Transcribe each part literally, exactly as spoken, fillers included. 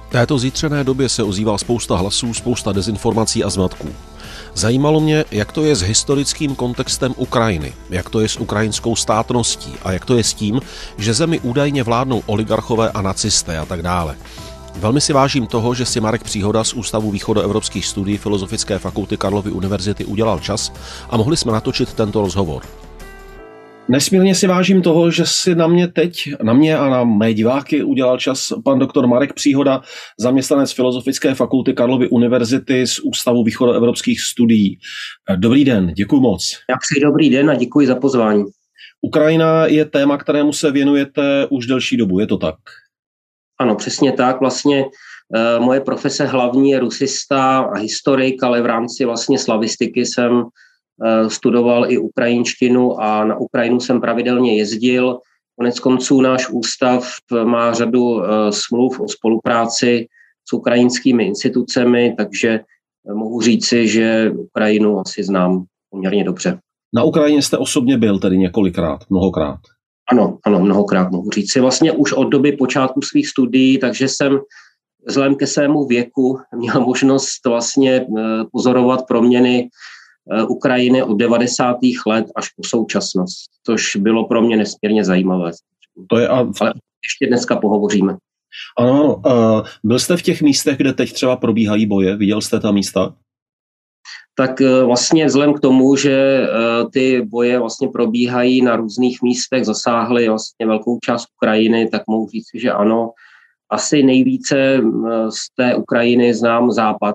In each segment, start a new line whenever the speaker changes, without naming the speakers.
V této zítřené době se ozývá spousta hlasů, spousta dezinformací a zmatků. Zajímalo mě, jak to je s historickým kontextem Ukrajiny, jak to je s ukrajinskou státností a jak to je s tím, že zemi údajně vládnou oligarchové a nacisté a tak dále. Velmi si vážím toho, že si Marek Příhoda z Ústavu východoevropských studií Filozofické fakulty Karlovy univerzity udělal čas a mohli jsme natočit tento rozhovor. Nesmírně si vážím toho, že si na mě teď, na mě a na mé diváky udělal čas pan doktor Marek Příhoda, zaměstnanec Filozofické fakulty Karlovy univerzity z Ústavu východoevropských studií. Dobrý den, děkuji moc.
Já přeji dobrý den a děkuji za pozvání.
Ukrajina je téma, kterému se věnujete už delší dobu, je to tak?
Ano, přesně tak. Vlastně e, moje profese hlavní je rusista a historik, ale v rámci vlastně slavistiky jsem e, studoval i ukrajinštinu a na Ukrajinu jsem pravidelně jezdil. Konec konců náš ústav má řadu e, smluv o spolupráci s ukrajinskými institucemi, takže mohu říci, že Ukrajinu asi znám poměrně dobře.
Na Ukrajině jste osobně byl tedy několikrát, mnohokrát?
Ano, ano, mnohokrát mohu říct si. Vlastně už od doby počátku svých studií, takže jsem vzhledem ke svému věku měl možnost vlastně pozorovat proměny Ukrajiny od devadesátých let až po současnost, což bylo pro mě nesmírně zajímavé.
To je a...
Ale ještě dneska pohovoříme.
Ano, ano. Byl jste v těch místech, kde teď třeba probíhají boje? Viděl jste ta místa?
Tak vlastně vzhledem k tomu, že ty boje vlastně probíhají na různých místech, zasáhly vlastně velkou část Ukrajiny, tak mohu říct, že ano. Asi nejvíce z té Ukrajiny znám západ,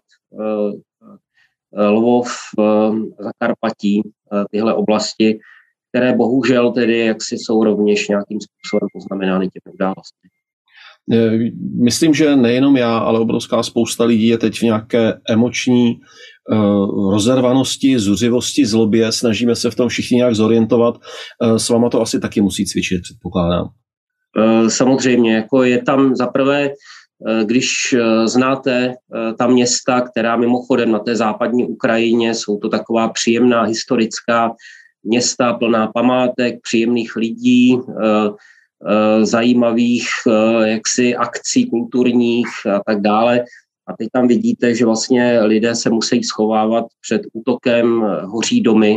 Lvov, Zakarpatí, tyhle oblasti, které bohužel tedy jaksi jsou rovněž nějakým způsobem poznamenány těmi událostmi.
Myslím, že nejenom já, ale obrovská spousta lidí je teď v nějaké emoční uh, rozervanosti, zuřivosti, zlobě. Snažíme se v tom všichni nějak zorientovat. Uh, s váma to asi taky musí cvičit, předpokládám.
Uh, samozřejmě, jako je tam zaprvé, uh, když uh, znáte uh, ta města, která mimochodem na té západní Ukrajině jsou to taková příjemná historická města plná památek, příjemných lidí, uh, zajímavých jaksi akcí kulturních a tak dále. A teď tam vidíte, že vlastně lidé se musí schovávat před útokem, hoří domy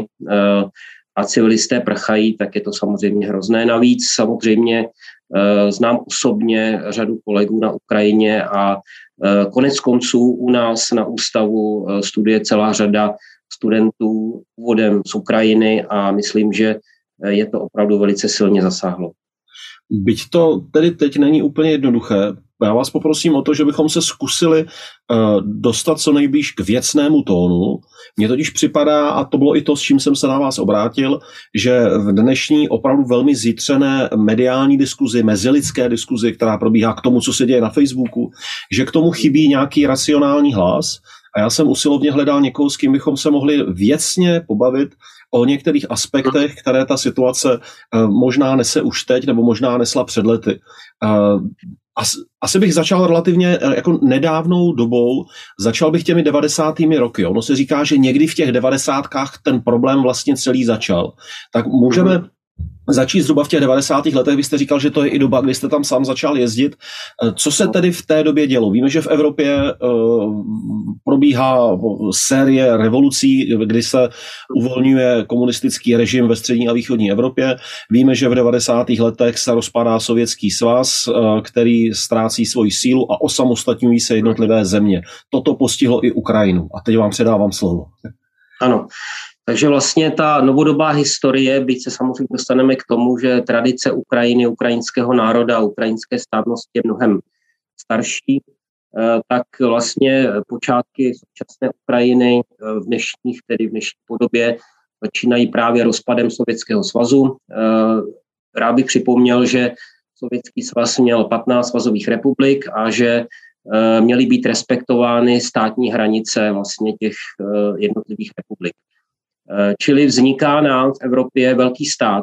a civilisté prchají, tak je to samozřejmě hrozné. Navíc samozřejmě znám osobně řadu kolegů na Ukrajině a konec konců u nás na ústavu studuje celá řada studentů původem z Ukrajiny a myslím, že je to opravdu velice silně zasáhlo.
Byť to tedy teď není úplně jednoduché, já vás poprosím o to, že bychom se zkusili uh, dostat co nejblíž k věcnému tónu. Mně totiž připadá, a to bylo i to, s čím jsem se na vás obrátil, že v dnešní opravdu velmi zjitřené mediální diskuzi, mezilidské diskuzi, která probíhá k tomu, co se děje na Facebooku, že k tomu chybí nějaký racionální hlas. A já jsem usilovně hledal někoho, s kým bychom se mohli věcně pobavit o některých aspektech, které ta situace uh, možná nese už teď, nebo možná nesla před lety. Uh, as, asi bych začal relativně uh, jako nedávnou dobou, začal bych těmi devadesátými roky. Ono se říká, že někdy v těch devadesátkách ten problém vlastně celý začal. Tak můžeme začít zhruba v těch devadesátých letech. Vy jste říkal, že to je i doba, kdy jste tam sám začal jezdit. Co se tedy v té době dělo? Víme, že v Evropě uh, probíhá série revolucí, kdy se uvolňuje komunistický režim ve střední a východní Evropě. Víme, že v devadesátých letech se rozpadá Sovětský svaz, uh, který ztrácí svoji sílu a osamostatňují se jednotlivé země. Toto postihlo i Ukrajinu. A teď vám předávám slovo.
Ano. Takže vlastně ta novodobá historie, byť se samozřejmě dostaneme k tomu, že tradice Ukrajiny, ukrajinského národa, ukrajinské státnosti je mnohem starší, tak vlastně počátky současné Ukrajiny v dnešních, tedy v dnešní podobě, začínají právě rozpadem Sovětského svazu. Rád bych připomněl, že Sovětský svaz měl patnáct svazových republik a že měly být respektovány státní hranice vlastně těch jednotlivých republik. Čili vzniká nám v Evropě velký stát.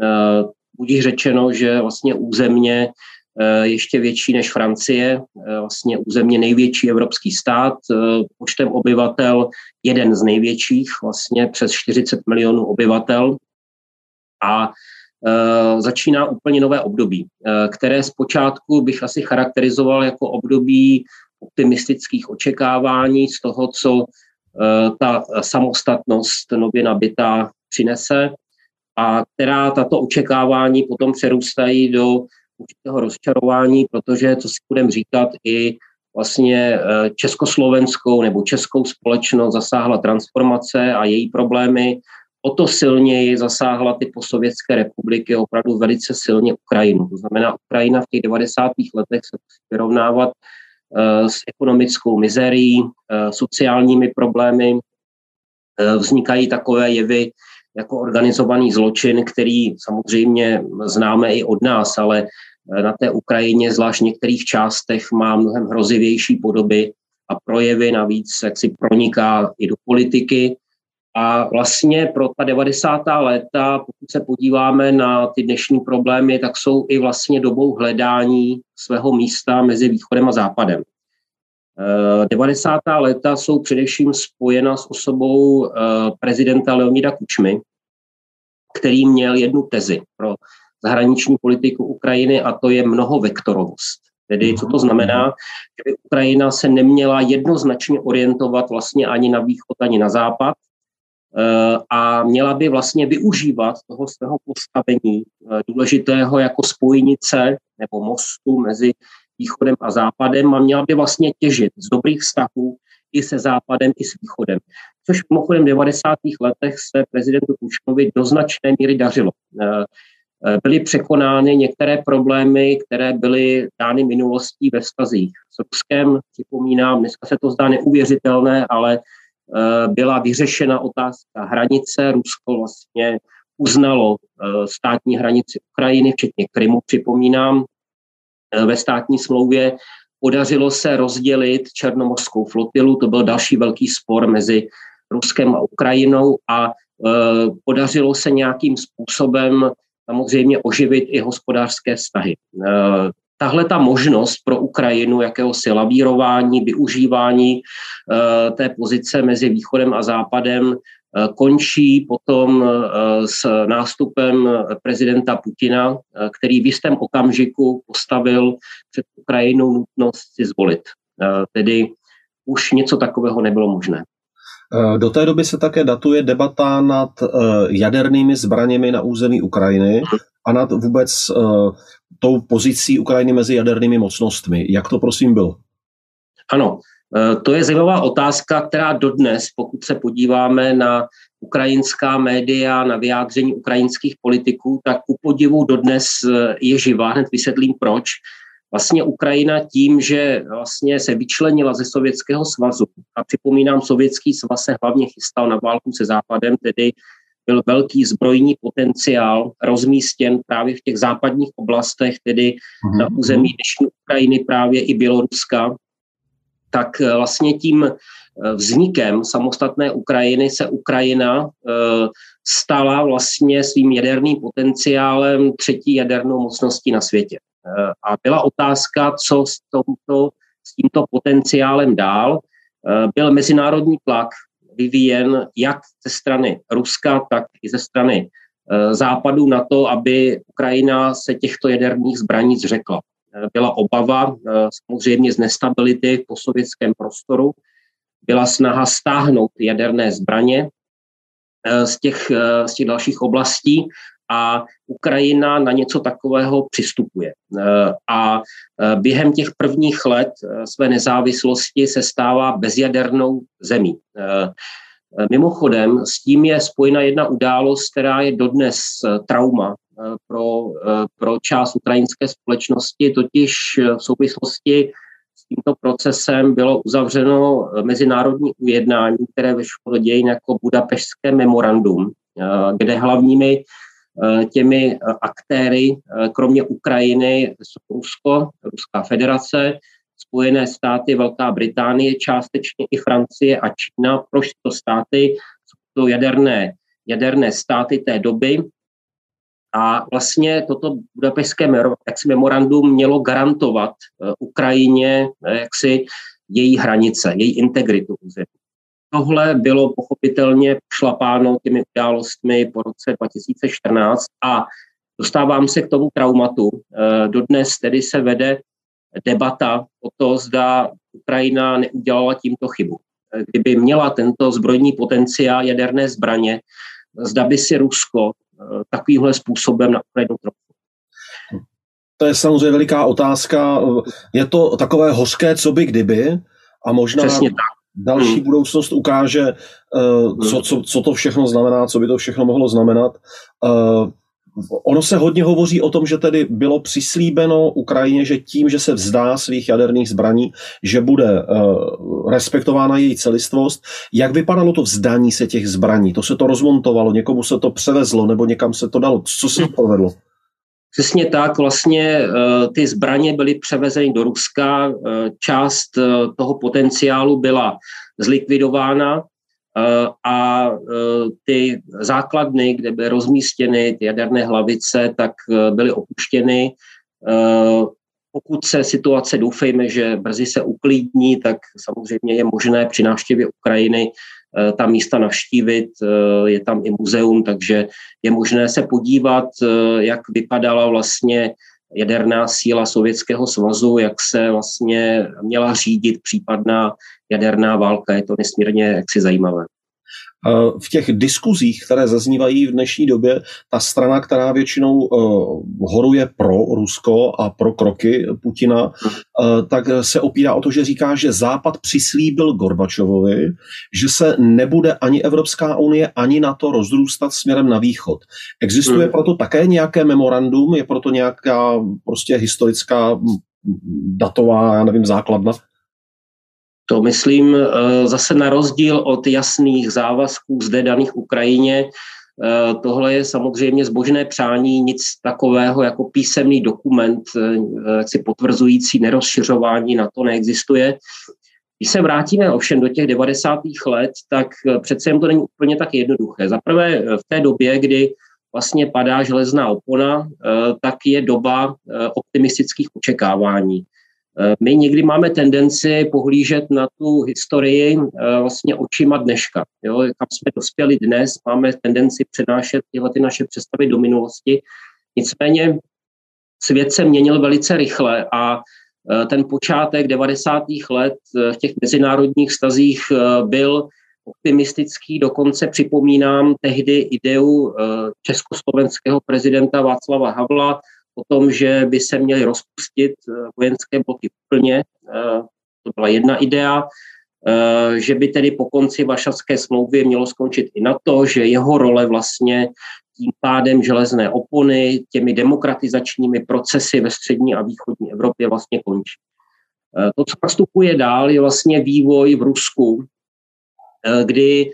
Budíš řečeno, že vlastně územně ještě větší než Francie, vlastně územně největší evropský stát, počtem obyvatel jeden z největších, vlastně přes čtyřicet milionů obyvatel. A začíná úplně nové období, které zpočátku bych asi charakterizoval jako období optimistických očekávání z toho, co ta samostatnost nově nabitá přinese a která tato očekávání potom přerůstají do určitého rozčarování, protože, co si budeme říkat, i vlastně československou nebo českou společnost zasáhla transformace a její problémy. O to silněji zasáhla ty postsovětské republiky opravdu velice silně Ukrajinu. To znamená, Ukrajina v těch devadesátých letech se musí vyrovnávat uh, s ekonomickou mizérií, uh, sociálními problémy. Uh, vznikají takové jevy jako organizovaný zločin, který samozřejmě známe i od nás, ale na té Ukrajině, zvlášť v některých částech, má mnohem hrozivější podoby a projevy, navíc jak si proniká i do politiky. A vlastně pro ta devadesátá léta, pokud se podíváme na ty dnešní problémy, tak jsou i vlastně dobou hledání svého místa mezi východem a západem. devadesátá léta jsou především spojena s osobou prezidenta Leonida Kučmy, který měl jednu tezi pro zahraniční politiku Ukrajiny a to je mnohovektorovost. Tedy co to znamená, že by Ukrajina se neměla jednoznačně orientovat vlastně ani na východ, ani na západ a měla by vlastně využívat toho svého postavení důležitého jako spojnice nebo mostu mezi východem a západem a měla by vlastně těžit z dobrých vztahů i se západem, i s východem. Což mimochodem v devadesátých letech se prezidentu Kučmovi do značné míry dařilo. Byly překonány některé problémy, které byly dány minulostí ve vztazích s Ruskem. Připomínám, dneska se to zdá neuvěřitelné, ale byla vyřešena otázka hranice. Rusko vlastně uznalo státní hranici Ukrajiny, včetně Krymu, připomínám. Ve státní smlouvě podařilo se rozdělit černomořskou flotilu, to byl další velký spor mezi Ruskem a Ukrajinou a podařilo se nějakým způsobem samozřejmě oživit i hospodářské vztahy. Tahle ta možnost pro Ukrajinu jakéhosi lavírování, využívání té pozice mezi východem a západem končí potom s nástupem prezidenta Putina, který v jistém okamžiku postavil před Ukrajinou nutnost si zvolit. Tedy už něco takového nebylo možné.
Do té doby se také datuje debata nad jadernými zbraněmi na území Ukrajiny a nad vůbec tou pozicí Ukrajiny mezi jadernými mocnostmi. Jak to prosím bylo?
Ano, to je zajímavá otázka, která dodnes, pokud se podíváme na ukrajinská média, na vyjádření ukrajinských politiků, tak ku podivu dodnes je živá. Hned vysvětlím proč. Vlastně Ukrajina tím, že vlastně se vyčlenila ze Sovětského svazu a připomínám, Sovětský svaz se hlavně chystal na válku se Západem, tedy byl velký zbrojní potenciál rozmístěn právě v těch západních oblastech, tedy mm-hmm. na území dnešní Ukrajiny, právě i Běloruska, tak vlastně tím vznikem samostatné Ukrajiny se Ukrajina stala vlastně svým jaderným potenciálem třetí jadernou mocností na světě. A byla otázka, co s, tomto, s tímto potenciálem dál. Byl mezinárodní tlak vyvíjen jak ze strany Ruska, tak i ze strany Západu na to, aby Ukrajina se těchto jaderných zbraní zřekla. Byla obava samozřejmě z nestability v postsovětském prostoru, byla snaha stáhnout jaderné zbraně z těch, z těch dalších oblastí a Ukrajina na něco takového přistupuje. A během těch prvních let své nezávislosti se stává bezjadernou zemí. Mimochodem, s tím je spojena jedna událost, která je dodnes trauma pro, pro část ukrajinské společnosti, totiž v souvislosti s tímto procesem bylo uzavřeno mezinárodní ujednání, které vešlo do dějin jako Budapešťské memorandum, kde hlavními těmi aktéry, kromě Ukrajiny, jsou Rusko, Ruská federace, Spojené státy, Velká Británie, částečně i Francie a Čína. Proč to státy? Jsou to jaderné, jaderné státy té doby. A vlastně toto Budapešťské memorandum mělo garantovat Ukrajině jaksi její hranice, její integritu území. Tohle bylo pochopitelně šlapáno těmi událostmi po roce dva tisíce čtrnáct a dostávám se k tomu traumatu. Dodnes tedy se vede debata o to, zda Ukrajina neudělala tímto chybu. Kdyby měla tento zbrojní potenciál jaderné zbraně, zda by si Rusko takovýmhle způsobem na Ukrajinu trochu.
To je samozřejmě veliká otázka. Je to takové hořké, co by kdyby, a možná další hmm. budoucnost ukáže, co, co, co to všechno znamená, co by to všechno mohlo znamenat. Ono se hodně hovoří o tom, že tedy bylo přislíbeno Ukrajině, že tím, že se vzdá svých jaderných zbraní, že bude uh, respektována její celistvost. Jak vypadalo to vzdání se těch zbraní? To se to rozmontovalo, někomu se to převezlo, nebo někam se to dalo? Co se to povedlo?
Přesně tak, vlastně uh, ty zbraně byly převezeny do Ruska, uh, část uh, toho potenciálu byla zlikvidována, a ty základny, kde byly rozmístěny ty jaderné hlavice, tak byly opuštěny. Pokud se situace, doufejme, že brzy se uklidní, tak samozřejmě je možné při návštěvě Ukrajiny ta místa navštívit. Je tam i muzeum, takže je možné se podívat, jak vypadala vlastně jaderná síla Sovětského svazu, jak se vlastně měla řídit případná jaderná válka. Je to nesmírně jaksi zajímavé.
V těch diskuzích, které zaznívají v dnešní době, ta strana, která většinou uh, horuje pro Rusko a pro kroky Putina, uh, tak se opírá o to, že říká, že Západ přislíbil Gorbačovovi, že se nebude ani Evropská unie, ani NATO rozrůstat směrem na východ. Existuje hmm. proto také nějaké memorandum? Je proto nějaká prostě historická datová, já nevím, základna?
To myslím zase na rozdíl od jasných závazků zde daných Ukrajině. Tohle je samozřejmě zbožné přání, nic takového jako písemný dokument, jaksi potvrzující nerozšiřování NATO neexistuje. Když se vrátíme ovšem do těch devadesátých let, tak přece jen to není úplně tak jednoduché. Zaprvé v té době, kdy vlastně padá železná opona, tak je doba optimistických očekávání. My někdy máme tendenci pohlížet na tu historii vlastně očima dneška. Jo? Kam jsme dospěli dnes, máme tendenci přenášet tyhle ty naše představy do minulosti. Nicméně svět se měnil velice rychle a ten počátek devadesátých let v těch mezinárodních vztazích byl optimistický. Dokonce připomínám tehdy ideu československého prezidenta Václava Havla o tom, že by se měly rozpustit vojenské bloky úplně. To byla jedna idea, že by tedy po konci Varšavské smlouvy mělo skončit i NATO, že jeho role vlastně tím pádem železné opony, těmi demokratizačními procesy ve střední a východní Evropě vlastně končí. To, co nastupuje dál, je vlastně vývoj v Rusku, kdy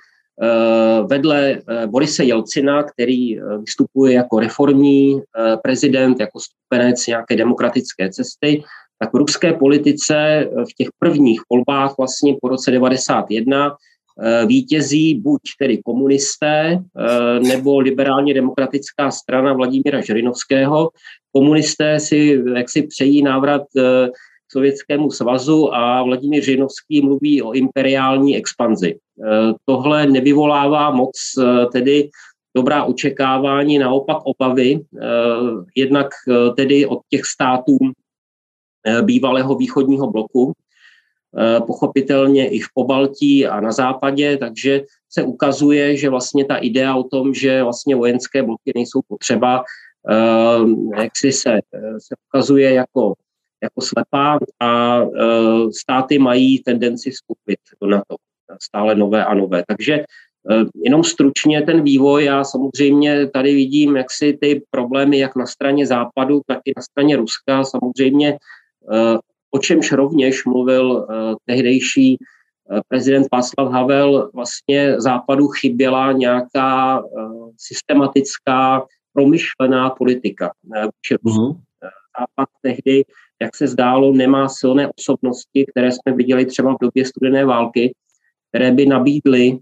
vedle Borise Jelcina, který vystupuje jako reformní prezident, jako stoupenec nějaké demokratické cesty, tak v ruské politice v těch prvních volbách vlastně po roce devadesát jedna vítězí buď tedy komunisté nebo liberálně demokratická strana Vladimíra Žirinovského. Komunisté si jaksi přejí návrat k Sovětskému svazu a Vladimír Žirinovský mluví o imperiální expanzi. Tohle nevyvolává moc tedy dobrá očekávání, naopak obavy, jednak tedy od těch států bývalého východního bloku, pochopitelně i v Pobaltí a na západě, takže se ukazuje, že vlastně ta idea o tom, že vlastně vojenské bloky nejsou potřeba, jak si se, se ukazuje jako, jako slepá a státy mají tendenci vstoupit do NATO, stále nové a nové. Takže jenom stručně ten vývoj, já samozřejmě tady vidím, jak si ty problémy jak na straně západu, tak i na straně Ruska, samozřejmě o čemž rovněž mluvil tehdejší prezident Václav Havel, vlastně západu chyběla nějaká systematická, promyšlená politika. Uh-huh. Západ tehdy, jak se zdálo, nemá silné osobnosti, které jsme viděli třeba v době studené války, které by nabídly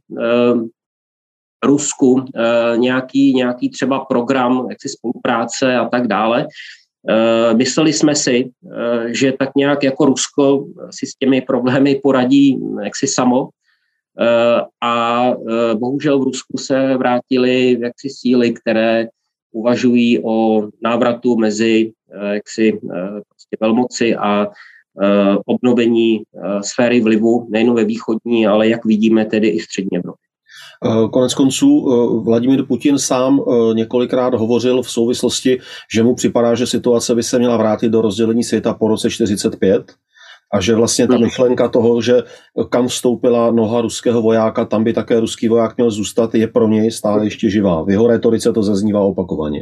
Rusku nějaký, nějaký třeba program jaksi spolupráce a tak dále. Mysleli jsme si, že tak nějak jako Rusko si s těmi problémy poradí jaksi samo a bohužel v Rusku se vrátily jaksi síly, které uvažují o návratu mezi jaksi, prostě velmoci a obnovení sféry vlivu nejen ve východní, ale jak vidíme tedy i střední Evropě.
Konec konců Vladimír Putin sám několikrát hovořil v souvislosti, že mu připadá, že situace by se měla vrátit do rozdělení světa po roce čtyřicet pět a že vlastně ta myšlenka toho, že kam vstoupila noha ruského vojáka, tam by také ruský voják měl zůstat, je pro něj stále ještě živá. V jeho retorice to zaznívá opakovaně.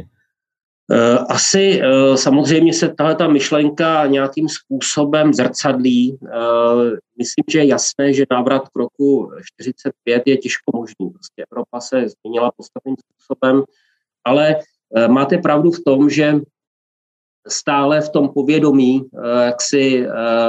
Asi samozřejmě se tahle myšlenka nějakým způsobem zrcadlí. Myslím, že je jasné, že návrat k roku čtyřicet pět je těžko možný. Prostě Evropa se změnila podstatným způsobem, ale máte pravdu v tom, že stále v tom povědomí jaksi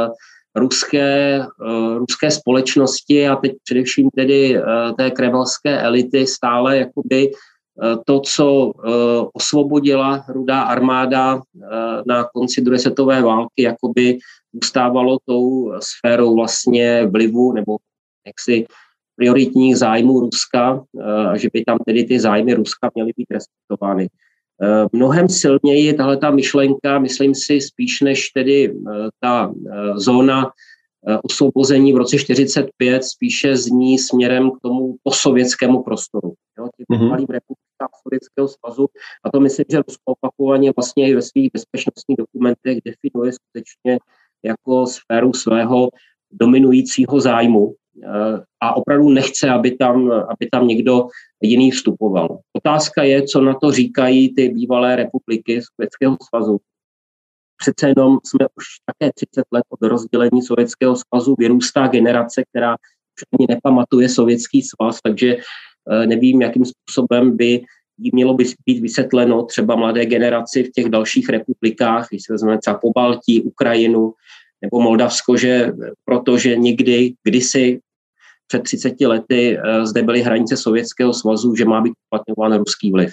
ruské, ruské společnosti a teď především tedy té kremelské elity stále jakoby to, co osvobodila Rudá armáda na konci druhé světové války, jakoby zůstávalo tou sférou vlastně vlivu nebo jaksi prioritních zájmů Ruska, že by tam tedy ty zájmy Ruska měly být respektovány. Mnohem silněji tahle ta myšlenka, myslím si, spíš než tedy ta zóna osvobození v roce čtyřicet pět spíše zní směrem k tomu posovětskému prostoru. Jo, těch mm-hmm. malým republikách Sovětského svazu. A to myslím, že Rusko opakovaně vlastně i ve svých bezpečnostních dokumentech definuje skutečně jako sféru svého dominujícího zájmu. A opravdu nechce, aby tam, aby tam někdo jiný vstupoval. Otázka je, co na to říkají ty bývalé republiky Sovětského svazu. Přece jenom jsme už také třicet let od rozdělení Sovětského svazu, vyrůstá generace, která už ani nepamatuje Sovětský svaz, takže nevím, jakým způsobem by jí mělo být vysvětleno třeba mladé generaci v těch dalších republikách, když se vezmeme třeba Pobaltí, Ukrajinu nebo Moldavsko, že protože někdy, kdysi před třiceti lety zde byly hranice Sovětského svazu, že má být uplatňován ruský vliv.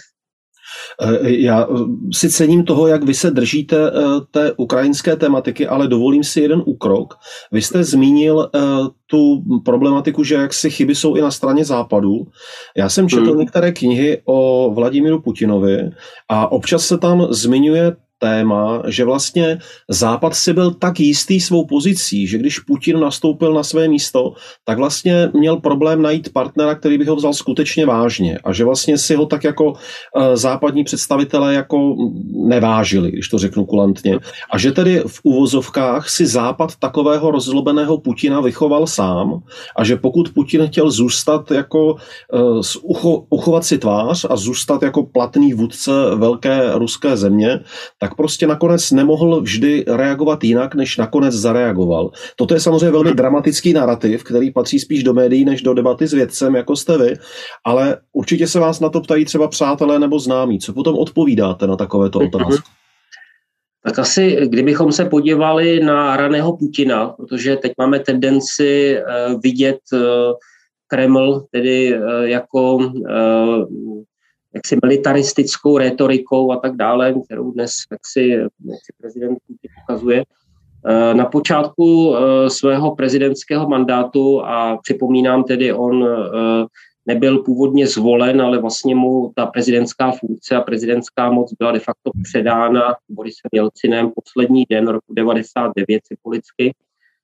Já si cením toho, jak vy se držíte té ukrajinské tematiky, ale dovolím si jeden úkrok. Vy jste zmínil tu problematiku, že jaksi chyby jsou i na straně západu. Já jsem četl hmm. některé knihy o Vladimíru Putinovi a občas se tam zmiňuje téma, že vlastně Západ si byl tak jistý svou pozicí, že když Putin nastoupil na své místo, tak vlastně měl problém najít partnera, který by ho vzal skutečně vážně a že vlastně si ho tak jako západní představitelé jako nevážili, když to řeknu kulantně. A že tedy v uvozovkách si Západ takového rozzlobeného Putina vychoval sám a že pokud Putin chtěl zůstat jako ucho, uchovat si tvář a zůstat jako platný vůdce velké ruské země, tak prostě nakonec nemohl vždy reagovat jinak, než nakonec zareagoval. Toto je samozřejmě velmi dramatický narrativ, který patří spíš do médií, než do debaty s vědcem, jako jste vy, ale určitě se vás na to ptají třeba přátelé nebo známí. Co potom odpovídáte na takovéto otázky?
Tak asi, kdybychom se podívali na raného Putina, protože teď máme tendenci vidět Kreml tedy jako jaksi militaristickou rétorikou a tak dále, kterou dnes jaksi, jaksi prezident Putin ukazuje. Na počátku svého prezidentského mandátu, a připomínám tedy, on nebyl původně zvolen, ale vlastně mu ta prezidentská funkce a prezidentská moc byla de facto předána Borisem Jelcinem poslední den roku devadesát devět symbolicky.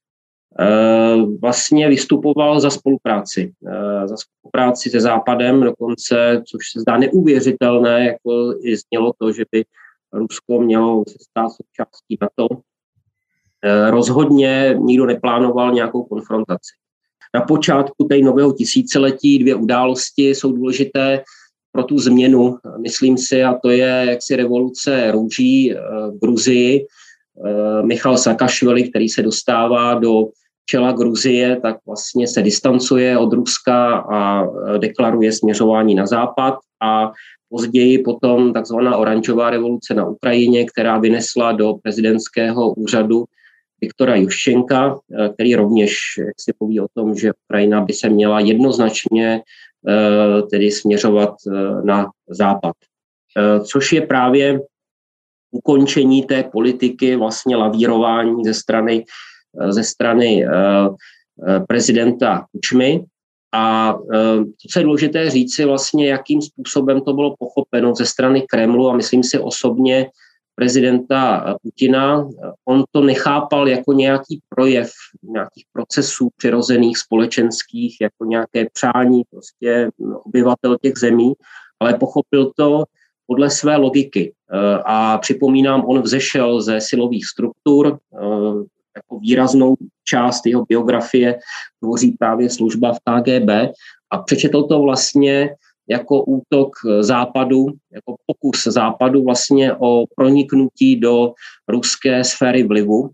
Vlastně vystupoval za spolupráci. Za spolupráci se Západem dokonce, což se zdá neuvěřitelné, jako i znělo to, že by Rusko mělo se stát součástí NATO. Rozhodně nikdo neplánoval nějakou konfrontaci. Na počátku té nového tisíciletí dvě události jsou důležité pro tu změnu, myslím si, a to je jaksi revoluce růží v Gruzii. Michal Saakašvili, který se dostává do čela Gruzie, tak vlastně se distancuje od Ruska a deklaruje směřování na západ a později potom takzvaná oranžová revoluce na Ukrajině, která vynesla do prezidentského úřadu Viktora Juščenka, který rovněž jak si poví o tom, že Ukrajina by se měla jednoznačně tedy směřovat na západ. Což je právě ukončení té politiky vlastně lavírování ze strany, ze strany prezidenta Kučmy. A to, co je důležité říci vlastně, jakým způsobem to bylo pochopeno ze strany Kremlu a myslím si osobně prezidenta Putina, on to nechápal jako nějaký projev nějakých procesů přirozených, společenských, jako nějaké přání prostě obyvatel těch zemí, ale pochopil to podle své logiky. A připomínám, on vzešel ze silových struktur, jako výraznou část jeho biografie tvoří právě služba v K G B a přečetl to vlastně jako útok Západu, jako pokus Západu vlastně o proniknutí do ruské sféry vlivu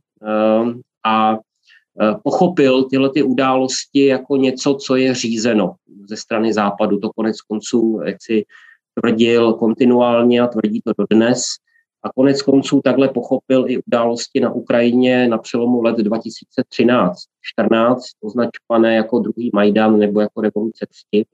a pochopil tyhle ty události jako něco, co je řízeno ze strany Západu. To konec konců, jak si tvrdil kontinuálně a tvrdí to dodnes. A konec konců takhle pochopil i události na Ukrajině na přelomu let dva tisíce třináct čtrnáct, označované jako druhý Majdan nebo jako revoluce cti,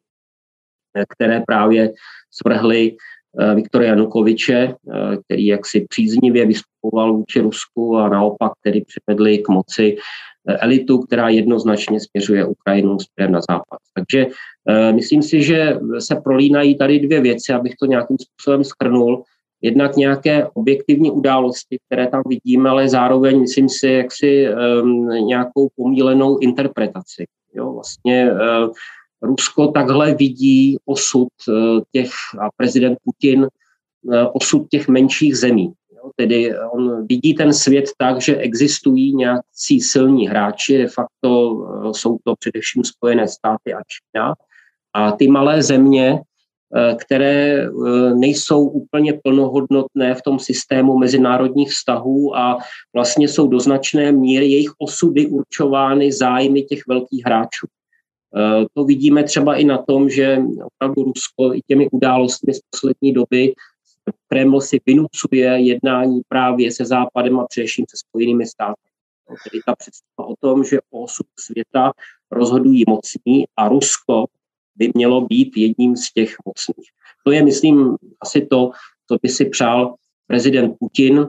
které právě svrhly Viktora Janukovyče, který jaksi příznivě vystupoval vůči Rusku a naopak tedy přivedli k moci elitu, která jednoznačně směřuje Ukrajinu směrem na západ. Takže uh, myslím si, že se prolínají tady dvě věci, abych to nějakým způsobem shrnul. Jednak nějaké objektivní události, které tam vidíme, ale zároveň myslím si jaksi um, nějakou pomílenou interpretaci. Jo, vlastně uh, Rusko takhle vidí osud uh, těch a prezident Putin uh, osud těch menších zemí. Jo, tedy on vidí ten svět tak, že existují nějakí silní hráči, de facto uh, jsou to především Spojené státy a Čína. A ty malé země, které nejsou úplně plnohodnotné v tom systému mezinárodních vztahů a vlastně jsou do značné míry jejich osudy určovány zájmy těch velkých hráčů. To vidíme třeba i na tom, že opravdu Rusko i těmi událostmi z poslední doby Kreml si vynucuje jednání právě se Západem a především se Spojenými státy. Tedy ta představa o tom, že o osud světa rozhodují mocní a Rusko by mělo být jedním z těch mocných. To je, myslím, asi to, co by si přál prezident Putin,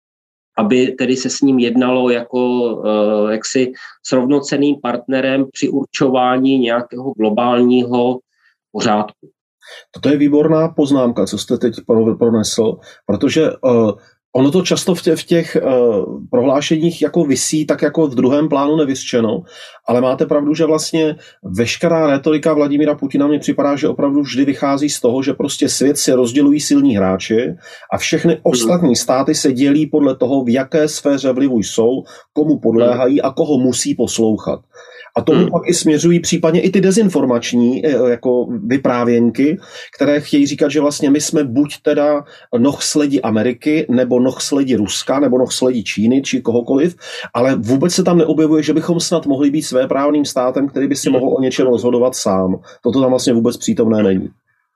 aby tedy se s ním jednalo jako uh, jaksi srovnocenným partnerem při určování nějakého globálního pořádku.
To je výborná poznámka, co jste teď pronesl, protože uh, ono to často v těch, v těch uh, prohlášeních jako visí, tak jako v druhém plánu nevyřčeno, ale máte pravdu, že vlastně veškerá rétorika Vladimíra Putina mně připadá, že opravdu vždy vychází z toho, že prostě svět se rozdělují silní hráči a všechny ostatní státy se dělí podle toho, v jaké sféře vlivu jsou, komu podléhají a koho musí poslouchat. A tomu hmm. pak i směřují případně i ty dezinformační jako vyprávěnky, které chtějí říkat, že vlastně my jsme buď teda nohsledi Ameriky, nebo nohsledi Ruska, nebo nohsledi Číny, či kohokoliv, ale vůbec se tam neobjevuje, že bychom snad mohli být svéprávným státem, který by si mohl o něčem rozhodovat sám. Toto tam vlastně vůbec přítomné není.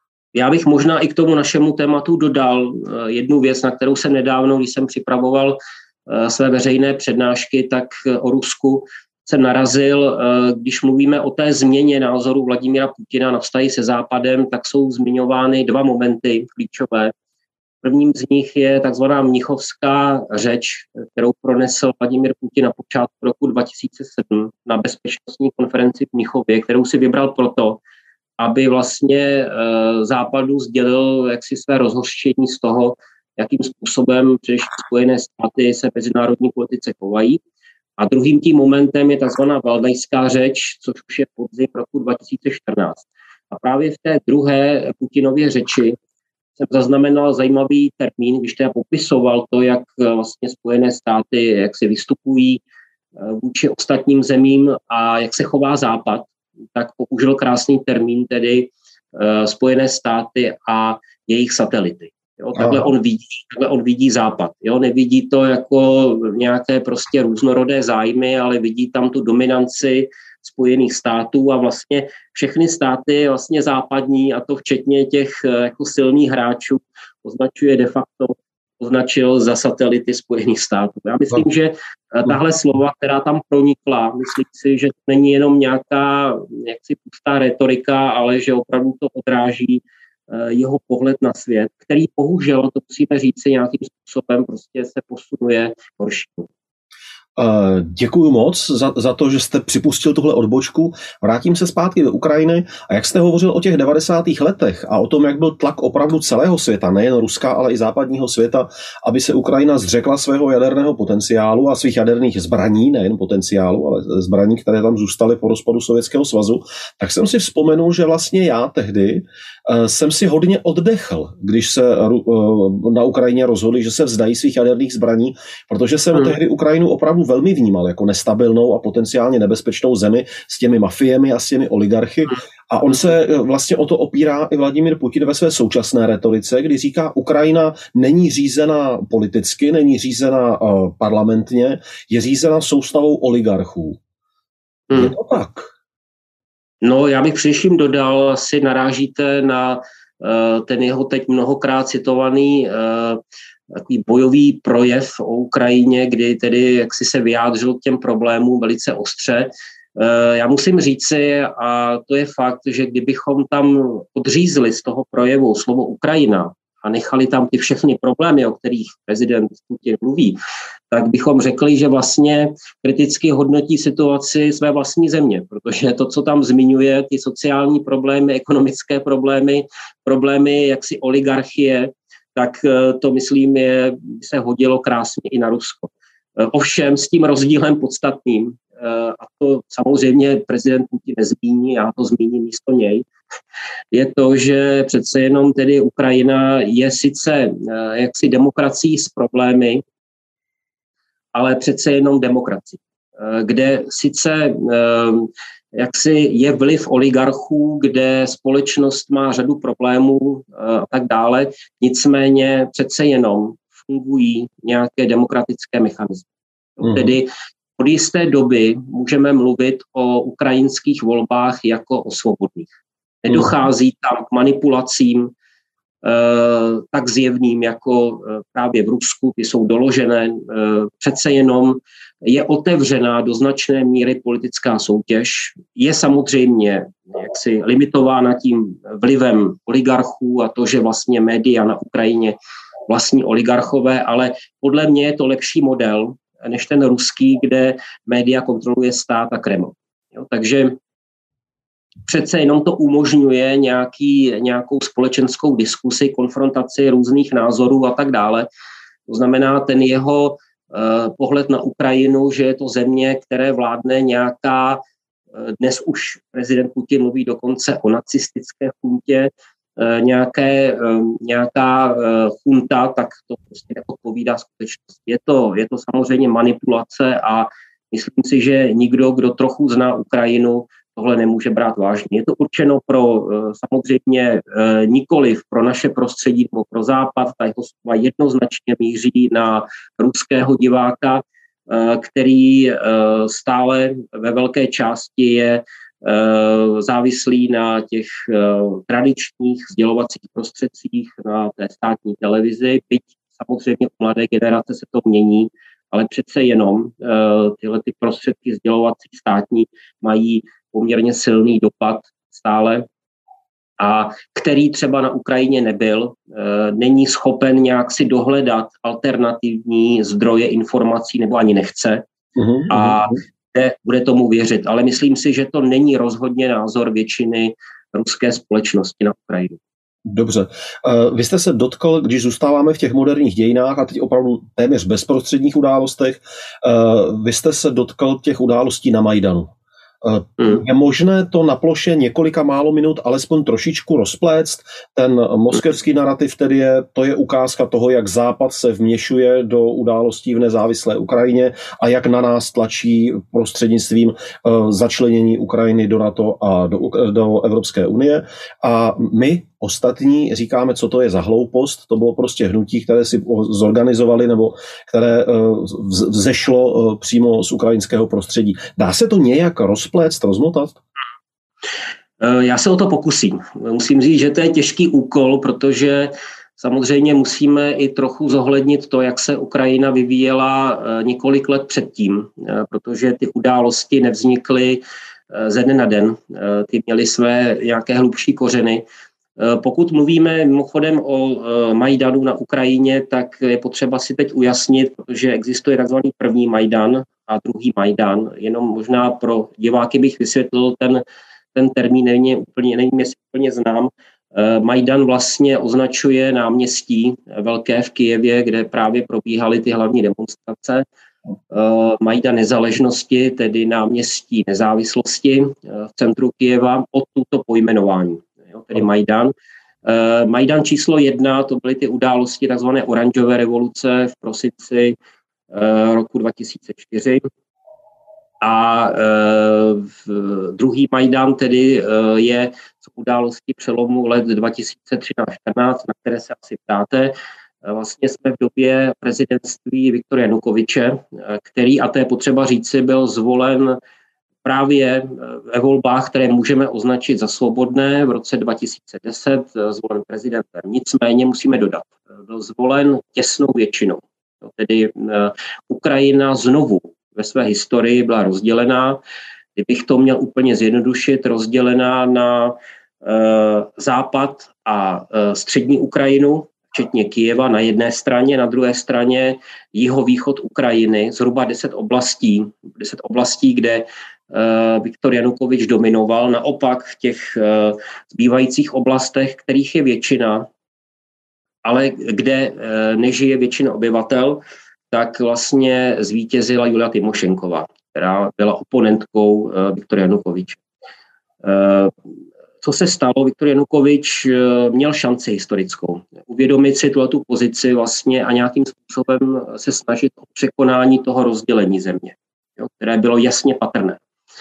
Já bych možná i k tomu našemu tématu dodal jednu věc, na kterou jsem nedávno, když jsem připravoval své veřejné přednášky, tak o Rusku jsem narazil, když mluvíme o té změně názoru Vladimíra Putina na vztahy se Západem, tak jsou zmiňovány dva momenty klíčové. Prvním z nich je takzvaná mnichovská řeč, kterou pronesl Vladimír Putin na počátku roku dva tisíce sedm na bezpečnostní konferenci v Mnichově, kterou si vybral proto, aby vlastně Západu sdělil jaksi své rozhořčení z toho, jakým způsobem především Spojené státy se mezinárodní politice chovají. A druhým tím momentem je takzvaná valdajská řeč, což už je podzim roku dva tisíce čtrnáct. A právě v té druhé Putinově řeči jsem zaznamenal zajímavý termín, když teda popisoval to, jak vlastně Spojené státy, jak se vystupují vůči ostatním zemím a jak se chová Západ, tak použil krásný termín, tedy Spojené státy a jejich satelity. Jo, takhle, on vidí, takhle on vidí Západ. Jo, nevidí to jako nějaké prostě různorodé zájmy, ale vidí tam tu dominanci Spojených států a vlastně všechny státy vlastně západní, a to včetně těch jako silných hráčů, označuje de facto, označil za satelity Spojených států. Já myslím, no. že tahle slova, která tam pronikla, myslím si, že to není jenom nějaká jaksi pustá retorika, ale že opravdu to odráží jeho pohled na svět, který bohužel, to musíme říct si nějakým způsobem, prostě se posunuje horší.
Děkuju moc za, za to, že jste připustil tuhle odbočku. Vrátím se zpátky do Ukrajiny a jak jste hovořil o těch devadesátých letech a o tom, jak byl tlak opravdu celého světa, nejen Ruska, ale i západního světa, aby se Ukrajina zřekla svého jaderného potenciálu a svých jaderných zbraní, nejen potenciálu, ale zbraní, které tam zůstaly po rozpadu Sovětského svazu, tak jsem si vzpomenul, že vlastně já tehdy jsem si hodně oddechl, když se na Ukrajině rozhodli, že se vzdají svých jaderných zbraní, protože jsem hmm. tehdy Ukrajinu opravdu velmi vnímal jako nestabilnou a potenciálně nebezpečnou zemi s těmi mafiemi a s těmi oligarchy. A on se vlastně o to opírá i Vladimír Putin ve své současné retorice, kdy říká, Ukrajina není řízena politicky, není řízena uh, parlamentně, je řízena soustavou oligarchů. Hmm. Je to tak?
No, já bych především dodal, asi narážíte na uh, ten jeho teď mnohokrát citovaný uh, takový bojový projev o Ukrajině, kdy tedy jaksi se vyjádřil k těm problémům velice ostře. Uh, já musím říci, a to je fakt, že kdybychom tam odřízli z toho projevu slovo Ukrajina a nechali tam ty všechny problémy, o kterých prezident Putin mluví, tak bychom řekli, že vlastně kriticky hodnotí situaci své vlastní země, protože to, co tam zmiňuje, ty sociální problémy, ekonomické problémy, problémy jaksi oligarchie, tak to, myslím, je, se hodilo krásně i na Rusko. Ovšem s tím rozdílem podstatným, a to samozřejmě prezident Putin nezmíní, já to zmíním místo něj, je to, že přece jenom tedy Ukrajina je sice jaksi demokracií s problémy, ale přece jenom demokracie, kde sice jaksi je vliv oligarchů, kde společnost má řadu problémů a tak dále, nicméně přece jenom fungují nějaké demokratické mechanismy. Mm. Tedy od jisté doby můžeme mluvit o ukrajinských volbách jako o svobodných. Nedochází tam k manipulacím eh, tak zjevným, jako eh, právě v Rusku, ty jsou doložené. Eh, přece jenom je otevřená do značné míry politická soutěž. Je samozřejmě jaksi limitována tím vlivem oligarchů a to, že vlastně média na Ukrajině vlastní oligarchové, ale podle mě je to lepší model, než ten ruský, kde média kontroluje stát a Kreml. Jo, takže přece jenom to umožňuje nějaký, nějakou společenskou diskusi, konfrontaci různých názorů a tak dále. To znamená ten jeho uh, pohled na Ukrajinu, že je to země, které vládne nějaká, uh, dnes už prezident Putin mluví dokonce o nacistické chuntě, uh, nějaké, um, nějaká uh, chunta, tak to prostě neodpovídá skutečnosti. Je to, je to samozřejmě manipulace a myslím si, že nikdo, kdo trochu zná Ukrajinu, tohle nemůže brát vážně. Je to určeno pro samozřejmě nikoliv pro naše prostředí nebo pro Západ, ta jeho slova jednoznačně míří na ruského diváka, který stále ve velké části je závislý na těch tradičních sdělovacích prostředcích, na té státní televizi, byť samozřejmě u mladé generace se to mění, ale přece jenom tyhle ty prostředky sdělovací státní mají poměrně silný dopad stále a který třeba na Ukrajině nebyl, není schopen nějak si dohledat alternativní zdroje informací nebo ani nechce uhum, a bude, bude tomu věřit. Ale myslím si, že to není rozhodně názor většiny ruské společnosti na Ukrajinu.
Dobře. Vy jste se dotkl, když zůstáváme v těch moderních dějinách a teď opravdu téměř bezprostředních událostech, vy jste se dotkl těch událostí na Majdanu. Je možné to na ploše několika málo minut alespoň trošičku rozpléct? Ten moskevský narrativ tedy je, to je ukázka toho, jak Západ se vměšuje do událostí v nezávislé Ukrajině a jak na nás tlačí prostřednictvím začlenění Ukrajiny do NATO a do, do Evropské unie. A my ostatní říkáme, co to je za hloupost. To bylo prostě hnutí, které si zorganizovali nebo které vzešlo přímo z ukrajinského prostředí. Dá se to nějak rozpléct, rozmotat?
Já se o to pokusím. Musím říct, že to je těžký úkol, protože samozřejmě musíme i trochu zohlednit to, jak se Ukrajina vyvíjela několik let předtím, protože ty události nevznikly ze dne na den. Ty měly své nějaké hlubší kořeny. Pokud mluvíme mimochodem o Majdanu na Ukrajině, tak je potřeba si teď ujasnit, protože existuje takzvaný první Majdan a druhý Majdan. Jenom možná pro diváky bych vysvětlil ten, ten termín, nevím, úplně, nevím, jestli úplně znám. Majdan vlastně označuje náměstí velké v Kyjevě, kde právě probíhaly ty hlavní demonstrace. Majdan nezáležnosti, tedy náměstí nezávislosti v centru Kyjeva, od tuto pojmenování, jo, tedy Majdan. Majdan číslo jedna, to byly ty události tzv. Oranžové revoluce v prosinci roku dva tisíce čtyři. A druhý Majdan tedy je z události přelomu let dva tisíce třináct čtrnáct, na které se asi ptáte. Vlastně jsme v době prezidentství Viktora Janukovyče, který, a to je potřeba říci, byl zvolen právě ve volbách, které můžeme označit za svobodné v roce dva tisíce deset, zvolen prezidentem. Nicméně musíme dodat, byl zvolen těsnou většinou. Tedy Ukrajina znovu ve své historii byla rozdělená, kdybych to měl úplně zjednodušit, rozdělená na západ a střední Ukrajinu, včetně Kyjeva na jedné straně, na druhé straně jihovýchod Ukrajiny, zhruba deset oblastí, deset oblastí, kde uh, Viktor Janukovyč dominoval. Naopak v těch uh, zbývajících oblastech, kterých je většina, ale kde uh, nežije většina obyvatel, tak vlastně zvítězila Julia Tymošenková, která byla oponentkou uh, Viktora Janukovyče. Uh, Co se stalo? Viktor Janukovyč měl šanci historickou. Uvědomit si tuhletu pozici vlastně a nějakým způsobem se snažit o překonání toho rozdělení země, jo, které bylo jasně patrné.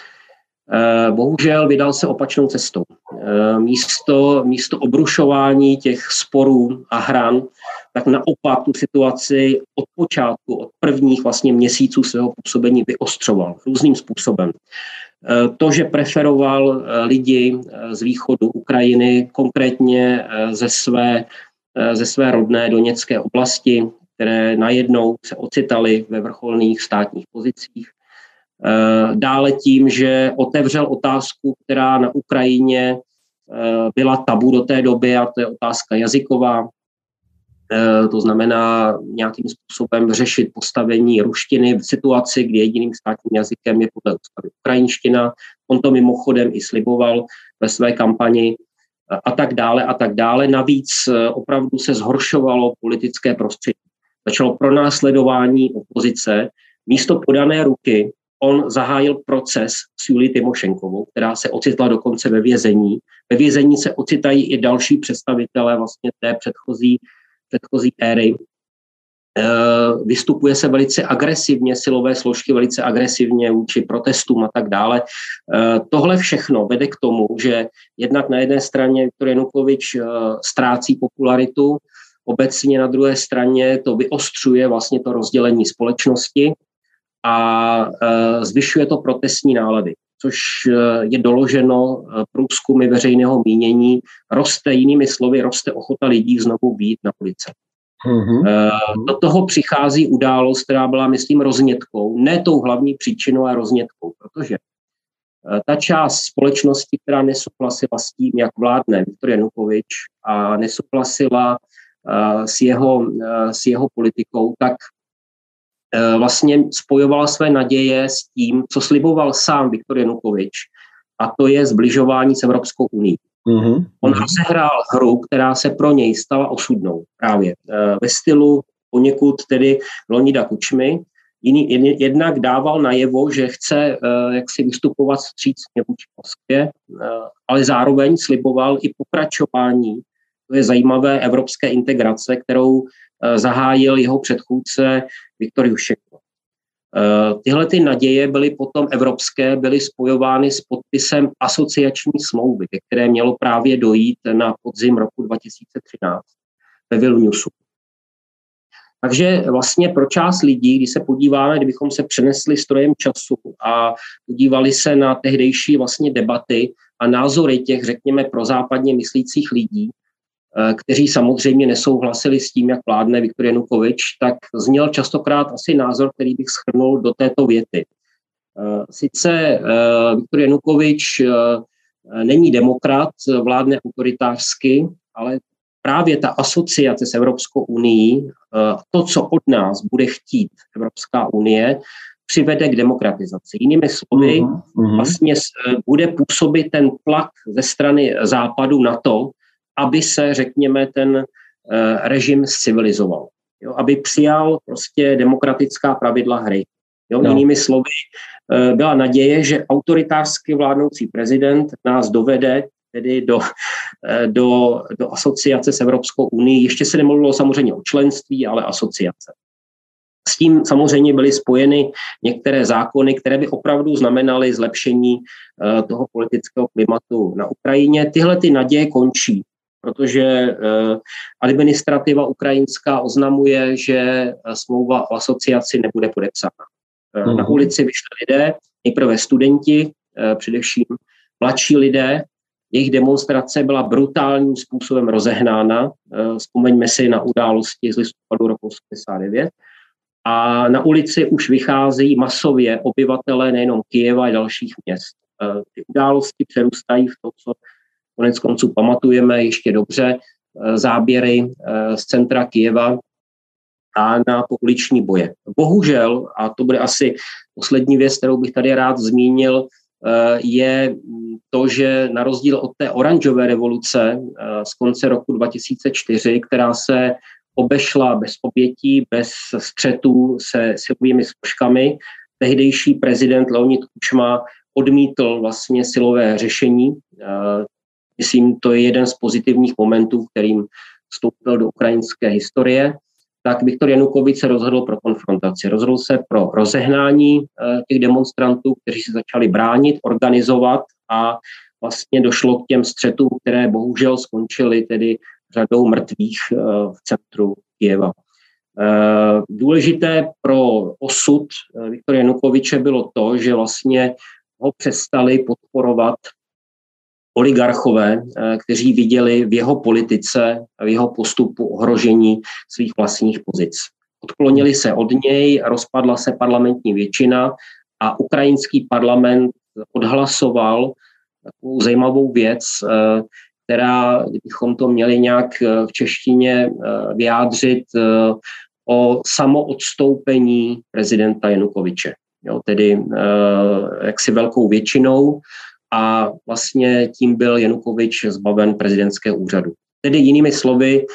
Bohužel vydal se opačnou cestou. Místo, místo obrušování těch sporů a hran, tak naopak tu situaci od počátku, od prvních vlastně měsíců svého působení vyostřoval různým způsobem. To, že preferoval lidi z východu Ukrajiny, konkrétně ze své, ze své rodné Doněcké oblasti, které najednou se ocitaly ve vrcholných státních pozicích. Dále tím, že otevřel otázku, která na Ukrajině byla tabu do té doby, a to je otázka jazyková. To znamená nějakým způsobem řešit postavení ruštiny v situaci, kdy jediným státním jazykem je podle ústavy ukrajinština. On to mimochodem i sliboval ve své kampani a tak dále a tak dále. Navíc opravdu se zhoršovalo politické prostředí. Začalo pronásledování opozice. Místo podané ruky on zahájil proces s Julií Tymošenkovou, která se ocitla dokonce ve vězení. Ve vězení se ocitají i další představitelé vlastně té předchozí předchozí éry. Vystupuje se velice agresivně, silové složky velice agresivně vůči protestům a tak dále. Tohle všechno vede k tomu, že jednak na jedné straně Viktor Janukovyč ztrácí popularitu, obecně na druhé straně to vyostřuje vlastně to rozdělení společnosti a zvyšuje to protestní nálady, což je doloženo průzkumy veřejného mínění, roste, jinými slovy, roste ochota lidí znovu vyjít na ulice. Mm-hmm. Do toho přichází událost, která byla, myslím, roznětkou, ne tou hlavní příčinou, ale roznětkou, protože ta část společnosti, která nesouhlasila s tím, jak vládne Viktor Janukovyč a nesouhlasila s jeho, s jeho politikou, tak vlastně spojovala své naděje s tím, co sliboval sám Viktor Janukovyč, a to je zbližování s Evropskou unií. Mm-hmm. On rozehrál hru, která se pro něj stala osudnou právě ve stylu poněkud tedy Leonida Kučmy. Jiný, jednak dával najevo, že chce jak si vystupovat vstřícně vůči Moskvě, ale zároveň sliboval i pokračování, to je zajímavé, evropské integrace, kterou zahájil jeho předchůdce Viktor Juščenko. Tyhle ty naděje byly potom evropské, byly spojovány s podpisem asociační smlouvy, ke které mělo právě dojít na podzim roku dva tisíce třináct ve Vilniusu. Takže vlastně pro část lidí, když se podíváme, kdybychom se přenesli strojem času a podívali se na tehdejší vlastně debaty a názory těch, řekněme, prozápadně myslících lidí, kteří samozřejmě nesouhlasili s tím, jak vládne Viktor Janukovyč, tak zněl častokrát asi názor, který bych shrnul do této věty. Sice Viktor Janukovyč není demokrat, vládne autoritářsky, ale právě ta asociace s Evropskou unií, to, co od nás bude chtít Evropská unie, přivede k demokratizaci. Jinými slovy, uh-huh. vlastně bude působit ten tlak ze strany Západu na to, aby se, řekněme, ten režim civilizoval. Jo, aby přijal prostě demokratická pravidla hry. Jo, no. Jinými slovy, byla naděje, že autoritářsky vládnoucí prezident nás dovede tedy do, do, do asociace s Evropskou unii. Ještě se nemluvilo samozřejmě o členství, ale asociace. S tím samozřejmě byly spojeny některé zákony, které by opravdu znamenaly zlepšení toho politického klimatu na Ukrajině. Tyhle ty naděje končí, protože administrativa ukrajinská oznamuje, že smlouva o asociaci nebude podepsána. Hmm. Na ulici vyšli lidé, nejprve studenti, především mladší lidé. Jejich demonstrace byla brutálním způsobem rozehnána. Vzpomeňme si na události z listopadu roku osmdesát devět. A na ulici už vychází masově obyvatelé nejenom Kyjeva, ale dalších měst. Ty události přerůstají v to, co konec konců pamatujeme ještě dobře, záběry z centra Kyjeva a na pouliční boje. Bohužel, a to bude asi poslední věc, kterou bych tady rád zmínil, je to, že na rozdíl od té oranžové revoluce z konce roku dva tisíce čtyři, která se obešla bez obětí, bez střetů se silovými složkami, tehdejší prezident Leonid Kučma odmítl vlastně silové řešení. Myslím, to je jeden z pozitivních momentů, kterým vstoupil do ukrajinské historie. Tak Viktor Janukovyč se rozhodl pro konfrontaci. Rozhodl se pro rozehnání těch demonstrantů, kteří se začali bránit, organizovat a vlastně došlo k těm střetům, které bohužel skončily tedy řadou mrtvých v centru Kyjeva. Důležité pro osud Viktora Janukovyče bylo to, že vlastně ho přestali podporovat oligarchové, kteří viděli v jeho politice a v jeho postupu ohrožení svých vlastních pozic. Odklonili se od něj, rozpadla se parlamentní většina a ukrajinský parlament odhlasoval takovou zajímavou věc, která, kdybychom to měli nějak v češtině vyjádřit, o samoodstoupení prezidenta Janukovyče. Jo, tedy jaksi velkou většinou a vlastně tím byl Janukovyč zbaven prezidentského úřadu. Tedy jinými slovy,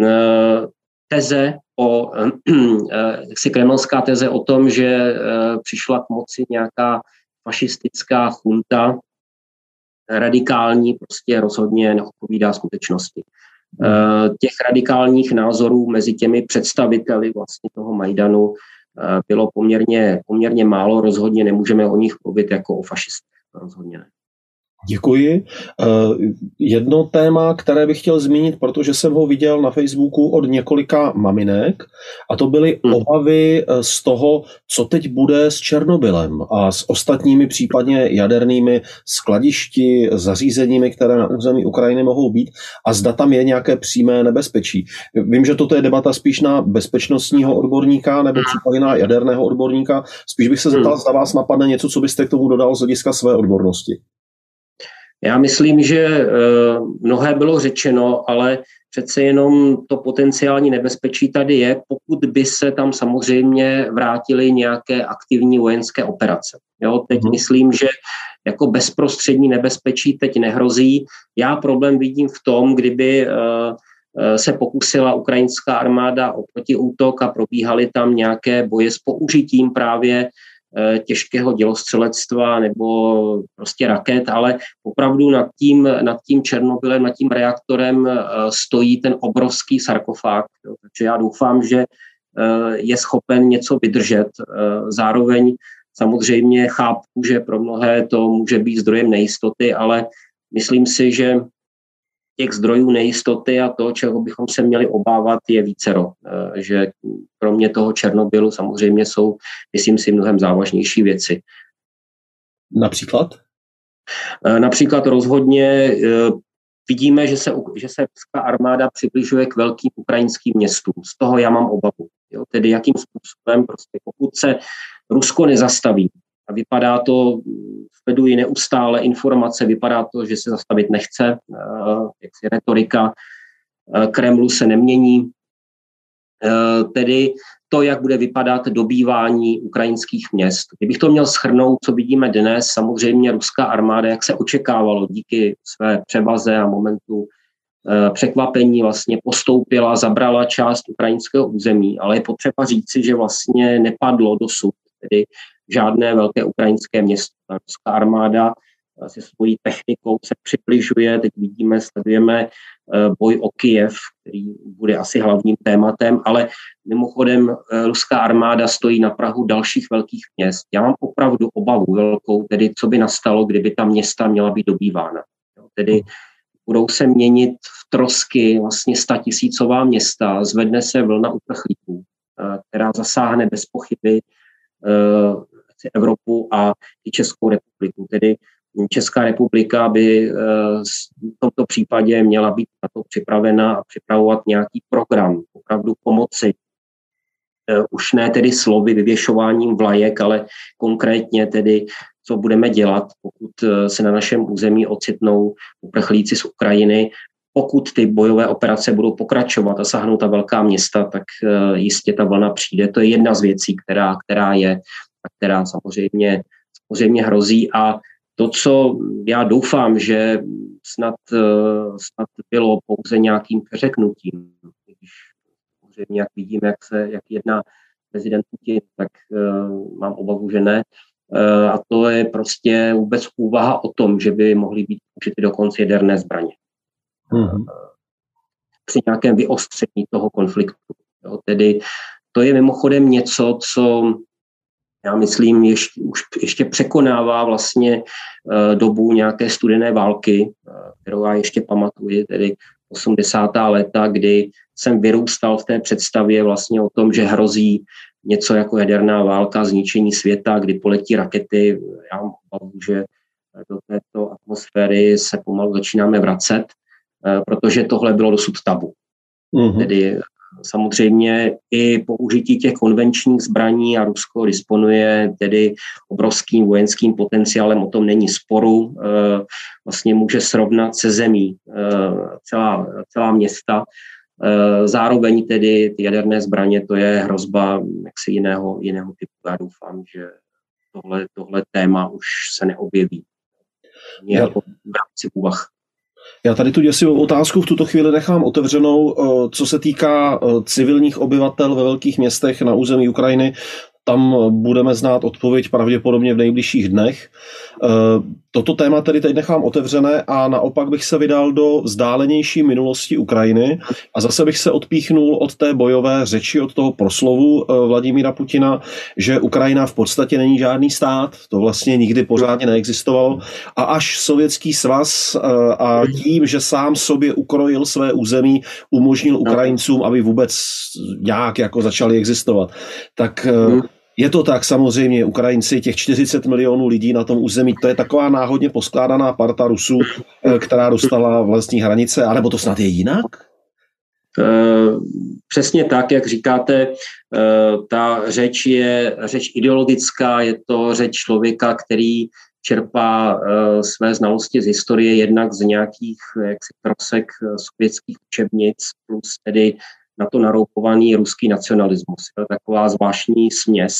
teze o, jaksi kremelská teze o tom, že přišla k moci nějaká fašistická chunta, radikální, prostě rozhodně neodpovídá skutečnosti. Těch radikálních názorů mezi těmi představiteli vlastně toho Majdanu bylo poměrně, poměrně málo, rozhodně nemůžeme o nich mluvit jako o fašistech, rozhodně ne.
Děkuji. Jedno téma, které bych chtěl zmínit, protože jsem ho viděl na Facebooku od několika maminek, a to byly obavy z toho, co teď bude s Černobylem a s ostatními případně jadernými skladišti, zařízeními, které na území Ukrajiny mohou být, a zda tam je nějaké přímé nebezpečí. Vím, že toto je debata spíš na bezpečnostního odborníka nebo případně na jaderného odborníka. Spíš bych se zeptal, zda vás napadne něco, co byste k tomu dodal z hlediska své odbornosti.
Já myslím, že mnohé bylo řečeno, ale přece jenom to potenciální nebezpečí tady je, pokud by se tam samozřejmě vrátily nějaké aktivní vojenské operace. Jo, teď hmm. myslím, že jako bezprostřední nebezpečí teď nehrozí. Já problém vidím v tom, kdyby se pokusila ukrajinská armáda o protiútok a probíhaly tam nějaké boje s použitím právě těžkého dělostřelectva nebo prostě raket, ale opravdu nad tím, nad tím Černobylem, nad tím reaktorem stojí ten obrovský sarkofág. Takže já doufám, že je schopen něco vydržet. Zároveň samozřejmě chápu, že pro mnohé to může být zdrojem nejistoty, ale myslím si, že těch zdrojů nejistoty a to, čeho bychom se měli obávat, je vícero. Že kromě toho Černobylu samozřejmě jsou, myslím si, mnohem závažnější věci.
Například?
Například rozhodně vidíme, že se, že se ruská armáda přibližuje k velkým ukrajinským městům. Z toho já mám obavu. Jo? Tedy jakým způsobem, prostě pokud se Rusko nezastaví, a vypadá to, sledují neustále informace, vypadá to, že se zastavit nechce, jak si retorika Kremlu se nemění. Tedy to, jak bude vypadat dobývání ukrajinských měst. Kdybych to měl shrnout, co vidíme dnes, samozřejmě ruská armáda, jak se očekávalo díky své převaze a momentu e, překvapení, vlastně postoupila, zabrala část ukrajinského území, ale je potřeba říci, že vlastně nepadlo dosud tedy žádné velké ukrajinské město. Ta ruská armáda se svojí technikou se přibližuje, teď vidíme, sledujeme boj o Kyjev, který bude asi hlavním tématem, ale mimochodem ruská armáda stojí na prahu dalších velkých měst. Já mám opravdu obavu velkou, tedy co by nastalo, kdyby ta města měla být dobývána. Tedy budou se měnit v trosky vlastně statisícová města, zvedne se vlna uprchlíků, která zasáhne bez pochyby Evropu a i Českou republiku. Tedy Česká republika by v tomto případě měla být na to připravena a připravovat nějaký program, opravdu pomoci. Už ne tedy slovy, vyvěšováním vlajek, ale konkrétně tedy, co budeme dělat, pokud se na našem území ocitnou uprchlíci z Ukrajiny. Pokud ty bojové operace budou pokračovat a sahnou ta velká města, tak jistě ta vlna přijde. To je jedna z věcí, která, která je a která samozřejmě, samozřejmě hrozí. A to, co já doufám, že snad, snad bylo pouze nějakým přeřeknutím, když samozřejmě jak vidím, jak se jak jedná prezident Putin, tak uh, mám obavu, že ne. Uh, a to je prostě vůbec úvaha o tom, že by mohly být použity dokonce jaderné zbraně. Mm-hmm. Uh, při nějakém vyostření toho konfliktu. Jo, tedy to je mimochodem něco, co já myslím, ještě, už ještě překonává vlastně uh, dobu nějaké studené války, uh, kterou já ještě pamatuji, tedy osmdesátá léta, kdy jsem vyrůstal v té představě vlastně o tom, že hrozí něco jako jaderná válka, zničení světa, kdy poletí rakety. Já mám obavu, že do této atmosféry se pomalu začínáme vracet, uh, protože tohle bylo dosud tabu. Mm-hmm. Tedy samozřejmě i použití těch konvenčních zbraní a Rusko disponuje tedy obrovským vojenským potenciálem, o tom není sporu. Vlastně může srovnat se zemí celá, celá města. Zároveň tedy ty jaderné zbraně, to je hrozba jaksi jiného, jiného typu. Já doufám, že tohle, tohle téma už se neobjeví. Jako v rámci úvah.
Já tady tu děsivou otázku v tuto chvíli nechám otevřenou, co se týká civilních obyvatel ve velkých městech na území Ukrajiny. Tam budeme znát odpověď pravděpodobně v nejbližších dnech. Toto téma tedy teď nechám otevřené a naopak bych se vydal do vzdálenější minulosti Ukrajiny a zase bych se odpíchnul od té bojové řeči, od toho proslovu Vladimíra Putina, že Ukrajina v podstatě není žádný stát, to vlastně nikdy pořádně neexistovalo a až Sovětský svaz a tím, že sám sobě ukrojil své území, umožnil Ukrajincům, aby vůbec nějak jako začali existovat. Tak je to tak, samozřejmě, Ukrajinci, těch čtyřicet milionů lidí na tom území, to je taková náhodně poskládaná parta Rusů, která dostala vlastní hranice, anebo to snad je jinak?
Přesně tak, jak říkáte, ta řeč je řeč ideologická, je to řeč člověka, který čerpá své znalosti z historie jednak z nějakých jaksi trosek sovětských učebnic, plus tedy na to naroupovaný ruský nacionalismus. To je taková zvláštní směs.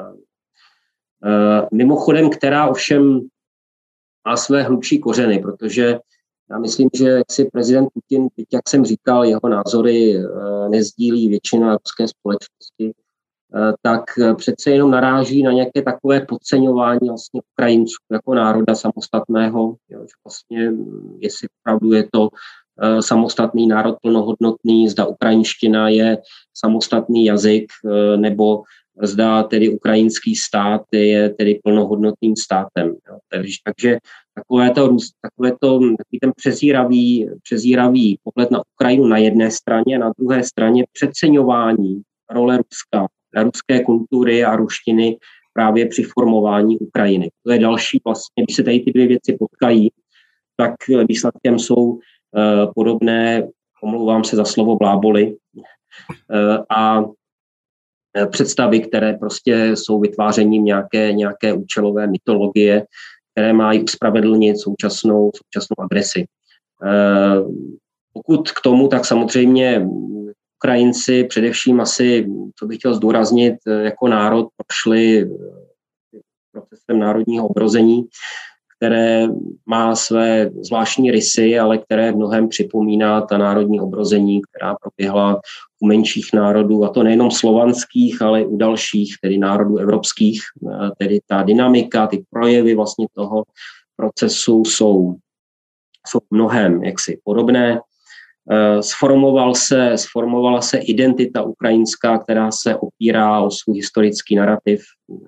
Mimochodem, která ovšem má své hlubší kořeny, protože já myslím, že jak si prezident Putin, jak jsem říkal, jeho názory nezdílí většina ruské společnosti, tak přece jenom naráží na nějaké takové podceňování vlastně Ukrajinců jako národa samostatného, jo, že vlastně, jestli opravdu je to samostatný národ plnohodnotný, zda ukrajinština je samostatný jazyk, nebo zda tedy ukrajinský stát je tedy plnohodnotným státem. Jo. Takže takové to, takové to, takový ten přezíravý, přezíravý pohled na Ukrajinu na jedné straně, na druhé straně přeceňování role Ruska, ruské kultury a ruštiny právě při formování Ukrajiny. To je další vlastně, když se tady ty dvě věci potkají, tak výsledkem jsou podobné, omlouvám se za slovo, bláboli a představy, které prostě jsou vytvářením nějaké, nějaké účelové mytologie, které mají uspravedlnit současnou, současnou agresi. Pokud k tomu, tak samozřejmě Ukrajinci především asi, co bych chtěl zdůraznit, jako národ prošli procesem národního obrození, které má své zvláštní rysy, ale které v mnohem připomíná ta národní obrození, která proběhla u menších národů, a to nejenom slovanských, ale i u dalších, tedy národů evropských. Tedy ta dynamika, ty projevy vlastně toho procesu jsou, jsou mnohem jaksi podobné. Sformoval se, sformovala se identita ukrajinská, která se opírá o svůj historický narrativ.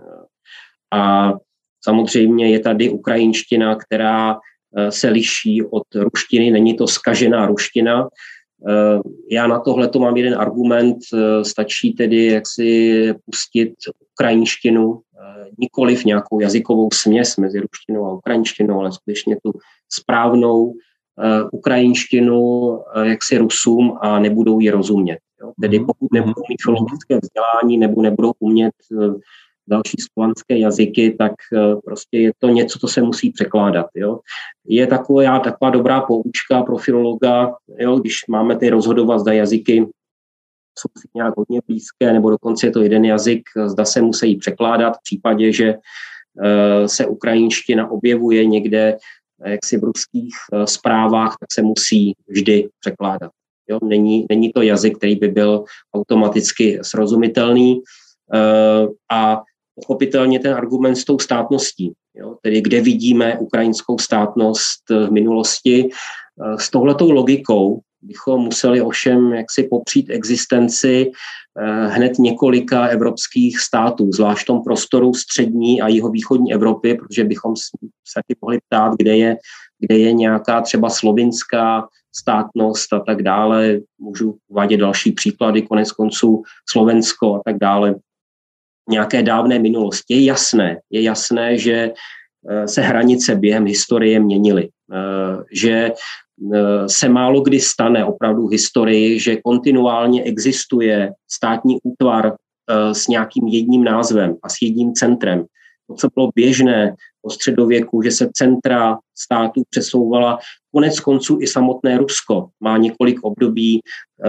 A samozřejmě je tady ukrajinština, která se liší od ruštiny, není to zkažená ruština. Já na tohle to mám jeden argument, stačí tedy jaksi pustit ukrajinštinu, nikoliv nějakou jazykovou směs mezi ruštinou a ukrajinštinou, ale skutečně tu správnou ukrajinštinu jaksi Rusům a nebudou ji rozumět. Jo? Tedy pokud nebudou mít filologické vzdělání nebo nebudou umět další slovanské jazyky, tak prostě je to něco, co se musí překládat. Jo. Je taková, taková dobrá poučka pro filologa, jo, když máme ty rozhodovat, zda jazyky jsou si nějak hodně blízké, nebo dokonce je to jeden jazyk, zda se musí překládat v případě, že uh, se ukrajinština objevuje někde jaksi v ruských uh, zprávách, tak se musí vždy překládat. Jo. Není, není to jazyk, který by byl automaticky srozumitelný uh, a pochopitelně ten argument s tou státností, jo, tedy kde vidíme ukrajinskou státnost v minulosti. S touhletou logikou bychom museli ovšem jaksi popřít existenci hned několika evropských států, zvlášť v tom prostoru střední a jihovýchodní Evropy, protože bychom se taky mohli ptát, kde je, kde je nějaká třeba slovinská státnost a tak dále. Můžu uvádět další příklady, konec konců Slovensko a tak dále. Nějaké dávné minulosti. Je jasné, je jasné, že se hranice během historie měnily, že se málo kdy stane opravdu v historii, že kontinuálně existuje státní útvar s nějakým jedním názvem a s jedním centrem. To, co bylo běžné po středověku, že se centra států přesouvala, konec konců i samotné Rusko má několik období,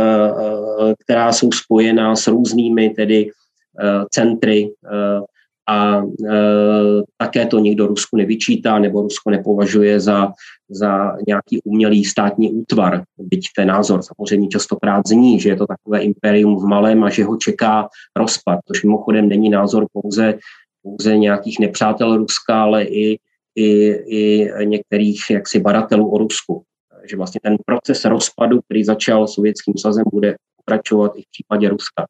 která jsou spojená s různými tedy centry a také to nikdo Rusku nevyčítá nebo Rusko nepovažuje za, za nějaký umělý státní útvar. Byť ten názor samozřejmě častokrát zní, že je to takové impérium v malém a že ho čeká rozpad. Tož mimochodem není názor pouze, pouze nějakých nepřátel Ruska, ale i, i, i některých jaksi badatelů o Rusku. Že vlastně ten proces rozpadu, který začal Sovětským svazem, bude pokračovat i v případě Ruska.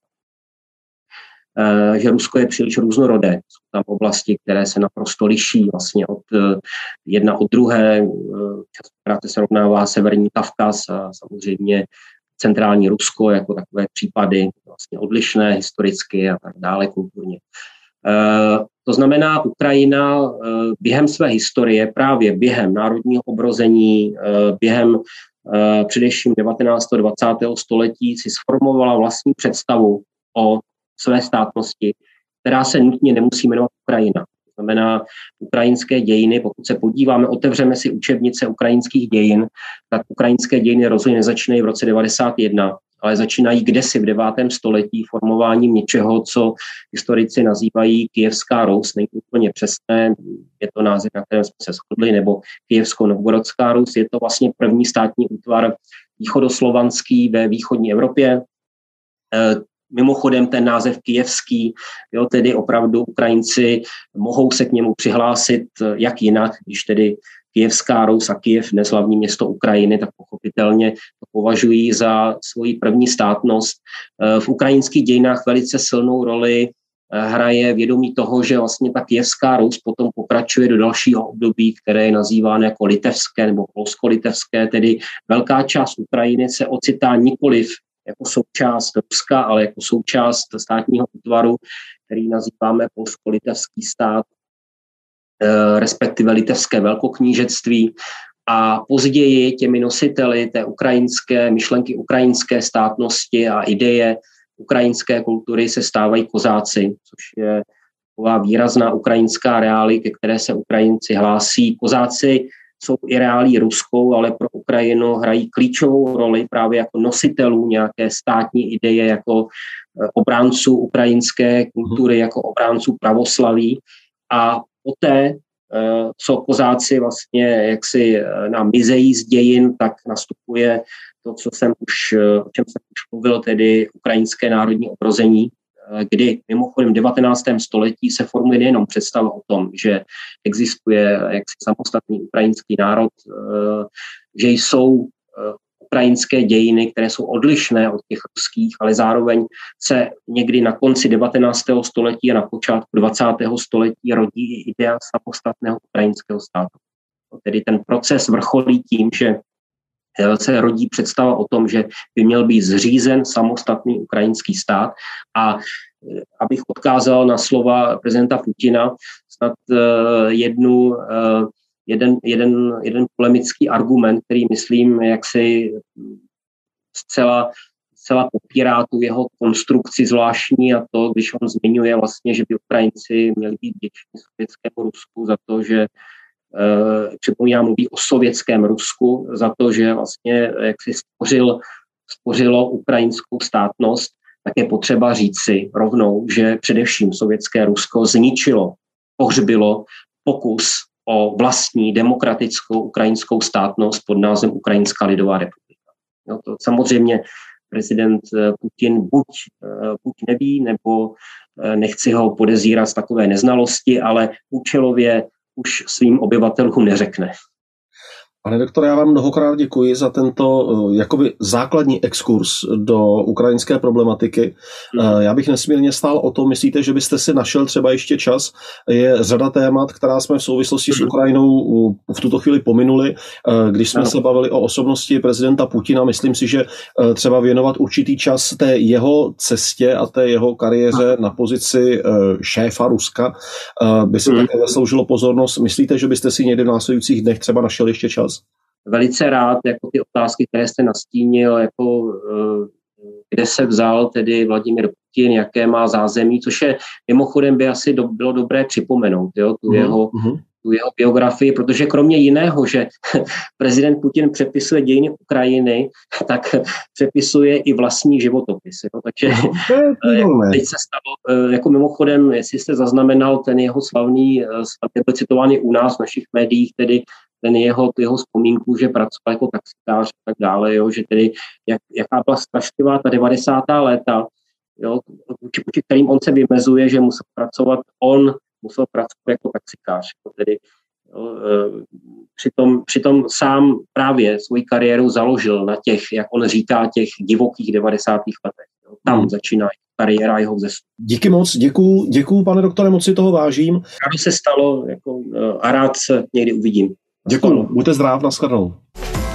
Že Rusko je příliš různorodé. Jsou tam oblasti, které se naprosto liší vlastně od jedna od druhé. Častokrát se srovnává Severní Kavkaz a samozřejmě centrální Rusko jako takové případy vlastně odlišné historicky a tak dále kulturně. To znamená, Ukrajina během své historie, právě během národního obrození, během především devatenáctého dvacátého století si sformovala vlastní představu o své státnosti, která se nutně nemusí jmenovat Ukrajina. To znamená, ukrajinské dějiny, pokud se podíváme, otevřeme si učebnice ukrajinských dějin, tak ukrajinské dějiny rozhodně nezačínají v roce devadesát jedna, ale začínají kdesi v devátém století formováním něčeho, co historici nazývají Kyjevská Rus. Není úplně přesné, je to název, na kterém jsme se shodli, nebo Kyjevsko-Novgorodská Rus. Je to vlastně první státní útvar východoslovanský ve východní Evropě. Mimochodem ten název kyjevský, jo, tedy opravdu Ukrajinci mohou se k němu přihlásit jak jinak, když tedy Kyjevská Rus a Kyjev, dnes hlavní město Ukrajiny, tak pochopitelně to považují za svoji první státnost. V ukrajinských dějinách velice silnou roli hraje vědomí toho, že vlastně ta Kyjevská Rus potom pokračuje do dalšího období, které je nazýváno jako litevské nebo polsko-litevské, tedy velká část Ukrajiny se ocitá nikoliv jako součást Ruska, ale jako součást státního útvaru, který nazýváme polsko-litevský stát, respektive litevské velkoknížectví. A později těmi nositeli té ukrajinské myšlenky, ukrajinské státnosti a ideje ukrajinské kultury se stávají kozáci, což je taková výrazná ukrajinská reálie, ke které se Ukrajinci hlásí. Kozáci jsou i reálí ruskou, ale pro Ukrajinu hrají klíčovou roli právě jako nositelů nějaké státní ideje, jako obránců ukrajinské kultury, jako obránců pravoslaví. A poté, co kozáci vlastně jaksi nám mizejí z dějin, tak nastupuje to, co jsem už, o čem jsem už mluvil, tedy ukrajinské národní obrození, kdy mimochodem v devatenáctém století se formuje nejenom představa o tom, že existuje jaksi samostatný ukrajinský národ, že jsou ukrajinské dějiny, které jsou odlišné od těch ruských, ale zároveň se někdy na konci devatenáctého století a na počátku dvacátého století rodí i idea samostatného ukrajinského státu. Tedy ten proces vrcholí tím, že se rodí představa o tom, že by měl být zřízen samostatný ukrajinský stát. A abych odkázal na slova prezidenta Putina, snad jednu, jeden, jeden, jeden polemický argument, který myslím, jak si zcela, zcela popírá tu jeho konstrukci zvláštní, a to, když on zmiňuje vlastně, že by Ukrajinci měli být vděční sovětskému Rusku za to, že Uh, připomínám, mluví o sovětském Rusku za to, že vlastně jak si stvořil, stvořilo ukrajinskou státnost, tak je potřeba říci rovnou, že především sovětské Rusko zničilo, pohřbilo pokus o vlastní demokratickou ukrajinskou státnost pod názvem Ukrajinská lidová republika. No to samozřejmě prezident Putin buď, buď neví, nebo nechci ho podezírat z takové neznalosti, ale účelově už svým obyvatelům neřekne.
Pane doktore, já vám mnohokrát děkuji za tento jakoby základní exkurs do ukrajinské problematiky. Mm. Já bych nesmírně stál o to, myslíte, že byste si našel třeba ještě čas? Je řada témat, která jsme v souvislosti mm. s Ukrajinou v tuto chvíli pominuli. Když jsme no. se bavili o osobnosti prezidenta Putina, myslím si, že třeba věnovat určitý čas té jeho cestě a té jeho kariéře no. na pozici šéfa Ruska by si mm. také zasloužilo pozornost. Myslíte, že byste si někdy v následujících dnech třeba našel ještě čas?
Velice rád, jako ty otázky, které jste nastínil, jako kde se vzal tedy Vladimír Putin, jaké má zázemí, což je mimochodem by asi do, bylo dobré připomenout, jo, tu, uh-huh. jeho, tu jeho biografii, protože kromě jiného, že prezident Putin přepisuje dějiny Ukrajiny, tak přepisuje i vlastní životopis. Jo, takže uh-huh. teď se stalo, jako mimochodem, jestli jste zaznamenal ten jeho slavný, slavný byl citován u nás v našich médiích, tedy ten jeho, jeho vzpomínku, že pracoval jako taxikář a tak dále, jo, že tedy jak, jaká byla strašlivá ta devadesátá léta, jo, vůči kterým on se vymezuje, že musel pracovat, on musel pracovat jako taxikář. Jo, tedy, jo, přitom, přitom sám právě svoji kariéru založil na těch, jak on říká, těch divokých devadesátých letech. Jo, tam hmm. začíná kariéra jeho vzestup.
Díky moc, děkuju, děkuju, pane doktore, moc si toho vážím.
Rád se stalo jako, a rád se někdy uvidím.
Děkuju, buďte zdrav, nashledanou.